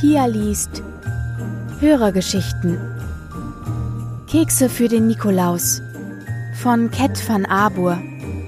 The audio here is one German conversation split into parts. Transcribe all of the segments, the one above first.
Pia liest Hörergeschichten. Kekse für den Nikolaus von Cat van Abuur.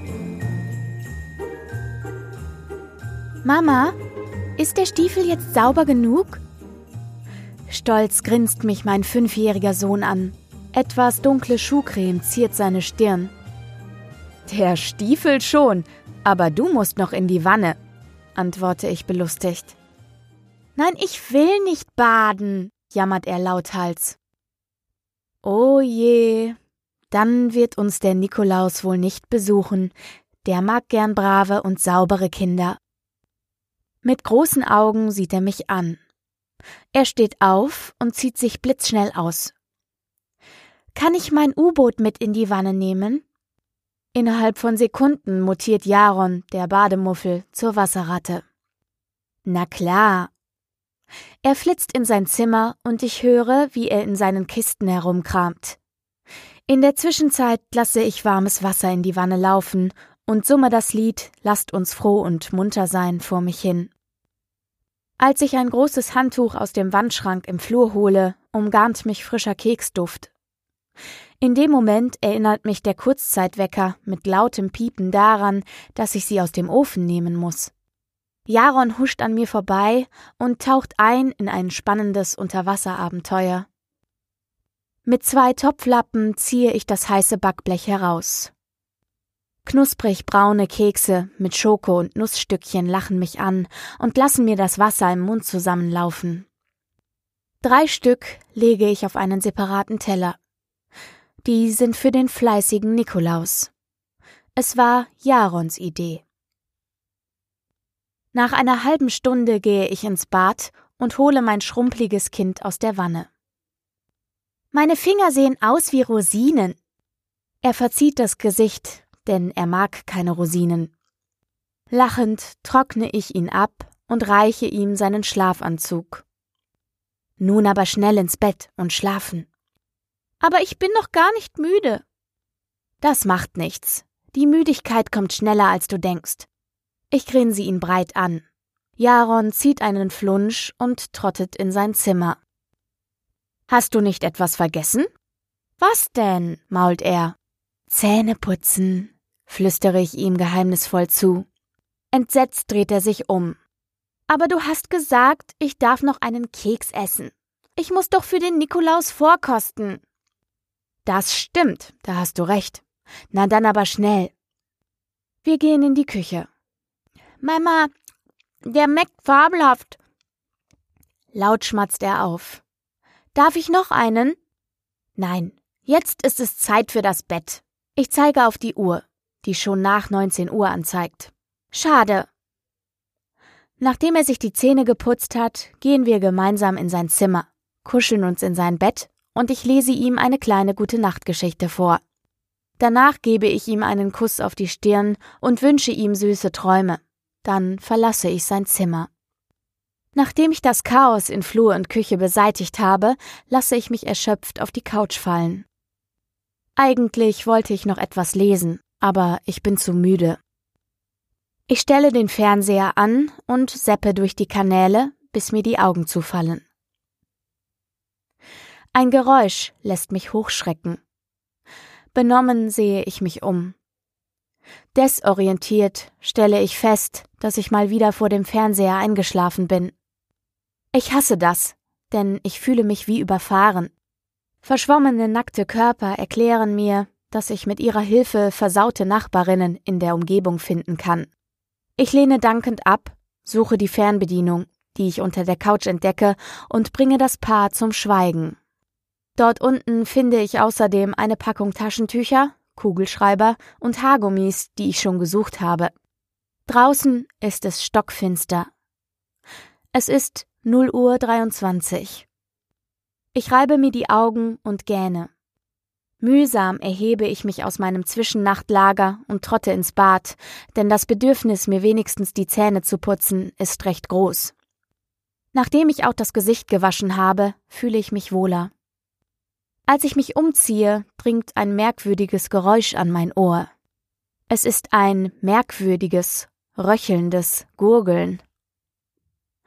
Mama, ist der Stiefel jetzt sauber genug? Stolz grinst mich mein 5-jähriger Sohn an. Etwas dunkle Schuhcreme ziert seine Stirn. Der Stiefel schon, aber du musst noch in die Wanne, antworte ich belustigt. Nein, ich will nicht baden, jammert er lauthals. Oh je, dann wird uns der Nikolaus wohl nicht besuchen. Der mag gern brave und saubere Kinder. Mit großen Augen sieht er mich an. Er steht auf und zieht sich blitzschnell aus. Kann ich mein U-Boot mit in die Wanne nehmen? Innerhalb von Sekunden mutiert Jaron, der Bademuffel, zur Wasserratte. Na klar. Er flitzt in sein Zimmer und ich höre, wie er in seinen Kisten herumkramt. In der Zwischenzeit lasse ich warmes Wasser in die Wanne laufen und summe das Lied »Lasst uns froh und munter sein« vor mich hin. Als ich ein großes Handtuch aus dem Wandschrank im Flur hole, umgarnt mich frischer Keksduft. In dem Moment erinnert mich der Kurzzeitwecker mit lautem Piepen daran, dass ich sie aus dem Ofen nehmen muss. Jaron huscht an mir vorbei und taucht ein in ein spannendes Unterwasserabenteuer. Mit 2 Topflappen ziehe ich das heiße Backblech heraus. Knusprig braune Kekse mit Schoko und Nussstückchen lachen mich an und lassen mir das Wasser im Mund zusammenlaufen. 3 Stück lege ich auf einen separaten Teller. Die sind für den fleißigen Nikolaus. Es war Jarons Idee. Nach einer halben Stunde gehe ich ins Bad und hole mein schrumpeliges Kind aus der Wanne. Meine Finger sehen aus wie Rosinen. Er verzieht das Gesicht, denn er mag keine Rosinen. Lachend trockne ich ihn ab und reiche ihm seinen Schlafanzug. Nun aber schnell ins Bett und schlafen. Aber ich bin noch gar nicht müde. Das macht nichts. Die Müdigkeit kommt schneller, als du denkst. Ich grinse ihn breit an. Jaron zieht einen Flunsch und trottet in sein Zimmer. Hast du nicht etwas vergessen? Was denn? Mault er. Zähne putzen, flüstere ich ihm geheimnisvoll zu. Entsetzt dreht er sich um. Aber du hast gesagt, ich darf noch einen Keks essen. Ich muss doch für den Nikolaus vorkosten. Das stimmt, da hast du recht. Na dann aber schnell. Wir gehen in die Küche. Mama, der schmeckt fabelhaft. Laut schmatzt er auf. Darf ich noch einen? Nein, jetzt ist es Zeit für das Bett. Ich zeige auf die Uhr, die schon nach 19 Uhr anzeigt. Schade. Nachdem er sich die Zähne geputzt hat, gehen wir gemeinsam in sein Zimmer, kuscheln uns in sein Bett und ich lese ihm eine kleine Gute-Nacht-Geschichte vor. Danach gebe ich ihm einen Kuss auf die Stirn und wünsche ihm süße Träume. Dann verlasse ich sein Zimmer. Nachdem ich das Chaos in Flur und Küche beseitigt habe, lasse ich mich erschöpft auf die Couch fallen. Eigentlich wollte ich noch etwas lesen, aber ich bin zu müde. Ich stelle den Fernseher an und zappe durch die Kanäle, bis mir die Augen zufallen. Ein Geräusch lässt mich hochschrecken. Benommen sehe ich mich um. Desorientiert stelle ich fest, dass ich mal wieder vor dem Fernseher eingeschlafen bin. Ich hasse das, denn ich fühle mich wie überfahren. Verschwommene, nackte Körper erklären mir, dass ich mit ihrer Hilfe versaute Nachbarinnen in der Umgebung finden kann. Ich lehne dankend ab, suche die Fernbedienung, die ich unter der Couch entdecke, und bringe das Paar zum Schweigen. Dort unten finde ich außerdem eine Packung Taschentücher, Kugelschreiber und Haargummis, die ich schon gesucht habe. Draußen ist es stockfinster. Es ist 0:23 Uhr. Ich reibe mir die Augen und gähne. Mühsam erhebe ich mich aus meinem Zwischennachtlager und trotte ins Bad, denn das Bedürfnis, mir wenigstens die Zähne zu putzen, ist recht groß. Nachdem ich auch das Gesicht gewaschen habe, fühle ich mich wohler. Als ich mich umziehe, dringt ein merkwürdiges Geräusch an mein Ohr. Es ist ein merkwürdiges, röchelndes Gurgeln.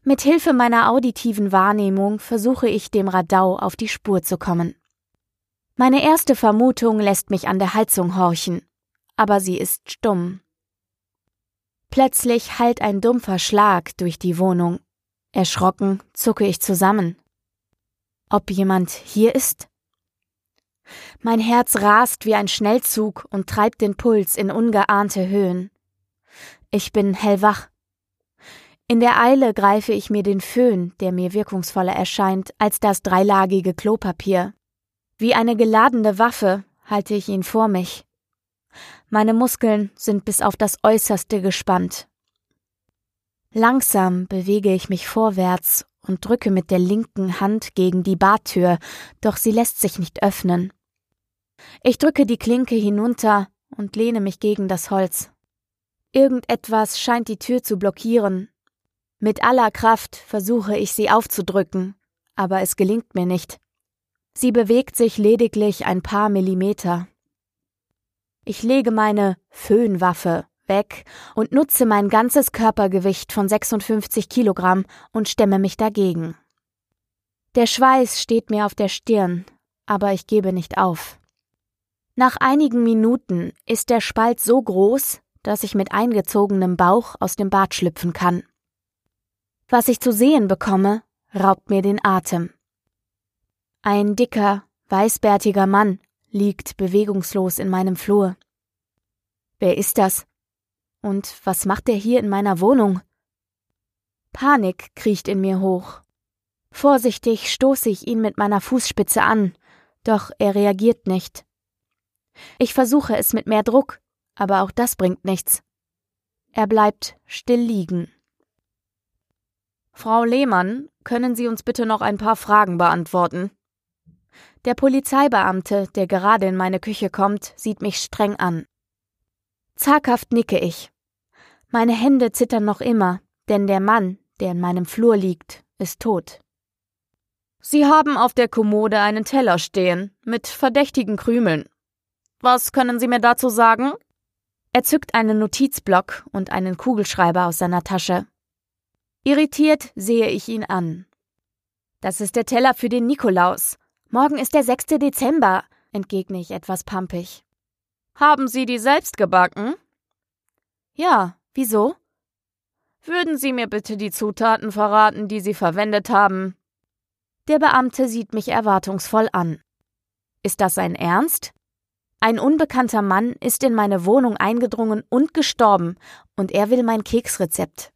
Mit Hilfe meiner auditiven Wahrnehmung versuche ich, dem Radau auf die Spur zu kommen. Meine erste Vermutung lässt mich an der Heizung horchen, aber sie ist stumm. Plötzlich hallt ein dumpfer Schlag durch die Wohnung. Erschrocken zucke ich zusammen. Ob jemand hier ist? Mein Herz rast wie ein Schnellzug und treibt den Puls in ungeahnte Höhen. Ich bin hellwach. In der Eile greife ich mir den Föhn, der mir wirkungsvoller erscheint als das dreilagige Klopapier. Wie eine geladene Waffe halte ich ihn vor mich. Meine Muskeln sind bis auf das Äußerste gespannt. Langsam bewege ich mich vorwärts und drücke mit der linken Hand gegen die Badtür, doch sie lässt sich nicht öffnen. Ich drücke die Klinke hinunter und lehne mich gegen das Holz. Irgendetwas scheint die Tür zu blockieren. Mit aller Kraft versuche ich, sie aufzudrücken, aber es gelingt mir nicht. Sie bewegt sich lediglich ein paar Millimeter. Ich lege meine Föhnwaffe weg und nutze mein ganzes Körpergewicht von 56 Kilogramm und stemme mich dagegen. Der Schweiß steht mir auf der Stirn, aber ich gebe nicht auf. Nach einigen Minuten ist der Spalt so groß, dass ich mit eingezogenem Bauch aus dem Bad schlüpfen kann. Was ich zu sehen bekomme, raubt mir den Atem. Ein dicker, weißbärtiger Mann liegt bewegungslos in meinem Flur. Wer ist das? Und was macht er hier in meiner Wohnung? Panik kriecht in mir hoch. Vorsichtig stoße ich ihn mit meiner Fußspitze an, doch er reagiert nicht. Ich versuche es mit mehr Druck, aber auch das bringt nichts. Er bleibt still liegen. Frau Lehmann, können Sie uns bitte noch ein paar Fragen beantworten? Der Polizeibeamte, der gerade in meine Küche kommt, sieht mich streng an. Zaghaft nicke ich. Meine Hände zittern noch immer, denn der Mann, der in meinem Flur liegt, ist tot. Sie haben auf der Kommode einen Teller stehen, mit verdächtigen Krümeln. Was können Sie mir dazu sagen? Er zückt einen Notizblock und einen Kugelschreiber aus seiner Tasche. Irritiert sehe ich ihn an. Das ist der Teller für den Nikolaus. Morgen ist der 6. Dezember, entgegne ich etwas pampig. Haben Sie die selbst gebacken? Ja, wieso? Würden Sie mir bitte die Zutaten verraten, die Sie verwendet haben? Der Beamte sieht mich erwartungsvoll an. Ist das sein Ernst? Ein unbekannter Mann ist in meine Wohnung eingedrungen und gestorben, und er will mein Keksrezept.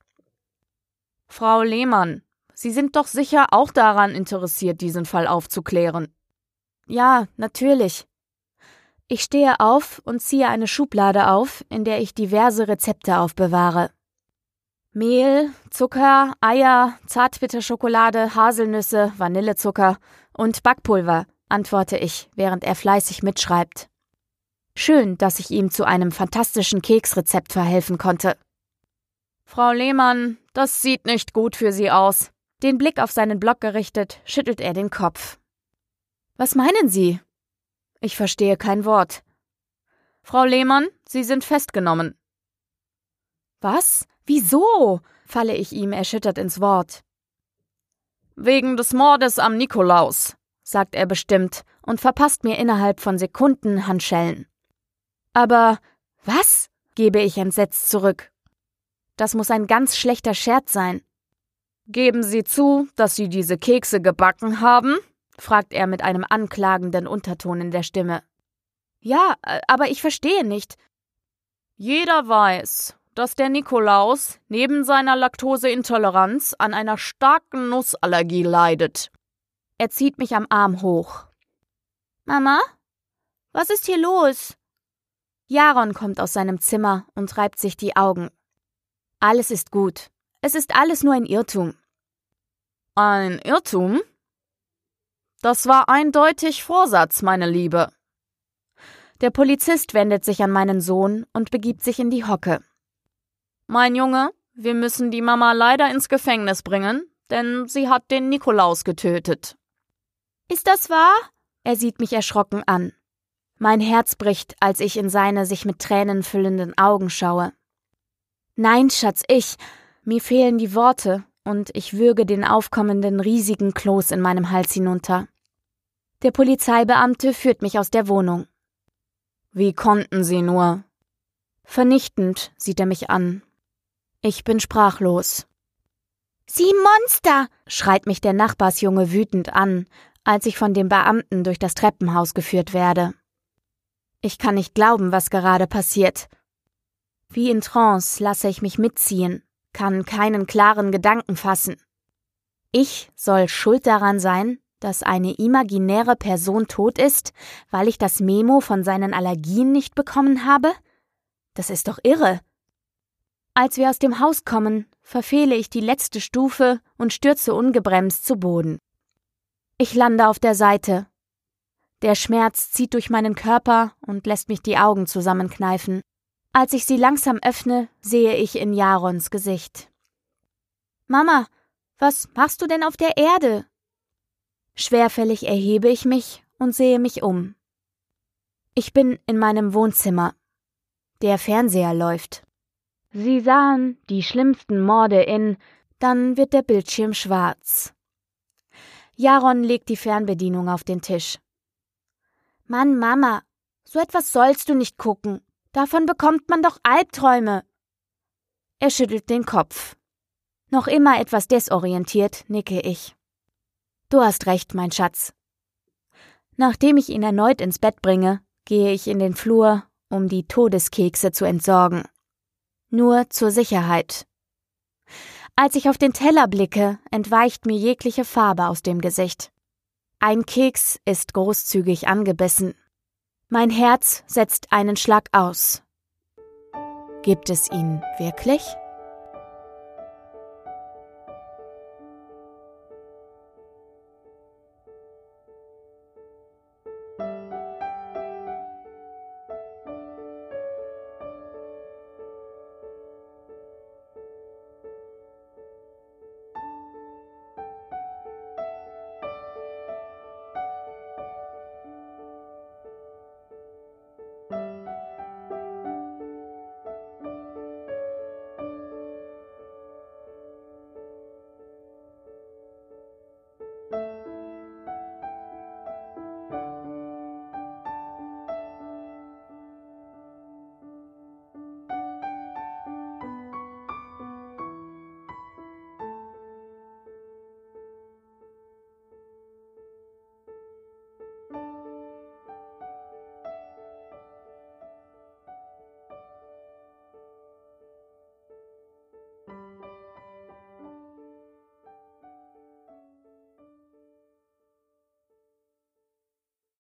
Frau Lehmann, Sie sind doch sicher auch daran interessiert, diesen Fall aufzuklären. Ja, natürlich. Ich stehe auf und ziehe eine Schublade auf, in der ich diverse Rezepte aufbewahre. Mehl, Zucker, Eier, Zartbitterschokolade, Haselnüsse, Vanillezucker und Backpulver, antworte ich, während er fleißig mitschreibt. Schön, dass ich ihm zu einem fantastischen Keksrezept verhelfen konnte. Frau Lehmann, das sieht nicht gut für Sie aus. Den Blick auf seinen Block gerichtet, schüttelt er den Kopf. Was meinen Sie? Ich verstehe kein Wort. Frau Lehmann, Sie sind festgenommen. Was? Wieso? Falle ich ihm erschüttert ins Wort. Wegen des Mordes am Nikolaus, sagt er bestimmt und verpasst mir innerhalb von Sekunden Handschellen. Aber was? Gebe ich entsetzt zurück. Das muss ein ganz schlechter Scherz sein. Geben Sie zu, dass Sie diese Kekse gebacken haben? Fragt er mit einem anklagenden Unterton in der Stimme. Ja, aber ich verstehe nicht. Jeder weiß, dass der Nikolaus neben seiner Laktoseintoleranz an einer starken Nussallergie leidet. Er zieht mich am Arm hoch. Mama? Was ist hier los? Jaron kommt aus seinem Zimmer und reibt sich die Augen. Alles ist gut. Es ist alles nur ein Irrtum. Ein Irrtum? Das war eindeutig Vorsatz, meine Liebe. Der Polizist wendet sich an meinen Sohn und begibt sich in die Hocke. Mein Junge, wir müssen die Mama leider ins Gefängnis bringen, denn sie hat den Nikolaus getötet. Ist das wahr? Er sieht mich erschrocken an. Mein Herz bricht, als ich in seine sich mit Tränen füllenden Augen schaue. Nein, Schatz, mir fehlen die Worte. und ich würge den aufkommenden riesigen Kloß in meinem Hals hinunter. Der Polizeibeamte führt mich aus der Wohnung. »Wie konnten Sie nur?« Vernichtend sieht er mich an. Ich bin sprachlos. »Sie Monster!« schreit mich der Nachbarsjunge wütend an, als ich von dem Beamten durch das Treppenhaus geführt werde. Ich kann nicht glauben, was gerade passiert. Wie in Trance lasse ich mich mitziehen, kann keinen klaren Gedanken fassen. Ich soll schuld daran sein, dass eine imaginäre Person tot ist, weil ich das Memo von seinen Allergien nicht bekommen habe? Das ist doch irre. Als wir aus dem Haus kommen, verfehle ich die letzte Stufe und stürze ungebremst zu Boden. Ich lande auf der Seite. Der Schmerz zieht durch meinen Körper und lässt mich die Augen zusammenkneifen. Als ich sie langsam öffne, sehe ich in Jarons Gesicht. »Mama, was machst du denn auf der Erde?« Schwerfällig erhebe ich mich und sehe mich um. Ich bin in meinem Wohnzimmer. Der Fernseher läuft. Sie sahen die schlimmsten Morde in, dann wird der Bildschirm schwarz. Jaron legt die Fernbedienung auf den Tisch. »Mann, Mama, so etwas sollst du nicht gucken. Davon bekommt man doch Albträume.« Er schüttelt den Kopf. Noch immer etwas desorientiert nicke ich. »Du hast recht, mein Schatz.« Nachdem ich ihn erneut ins Bett bringe, gehe ich in den Flur, um die Todeskekse zu entsorgen. Nur zur Sicherheit. Als ich auf den Teller blicke, entweicht mir jegliche Farbe aus dem Gesicht. Ein Keks ist großzügig angebissen. Mein Herz setzt einen Schlag aus. Gibt es ihn wirklich?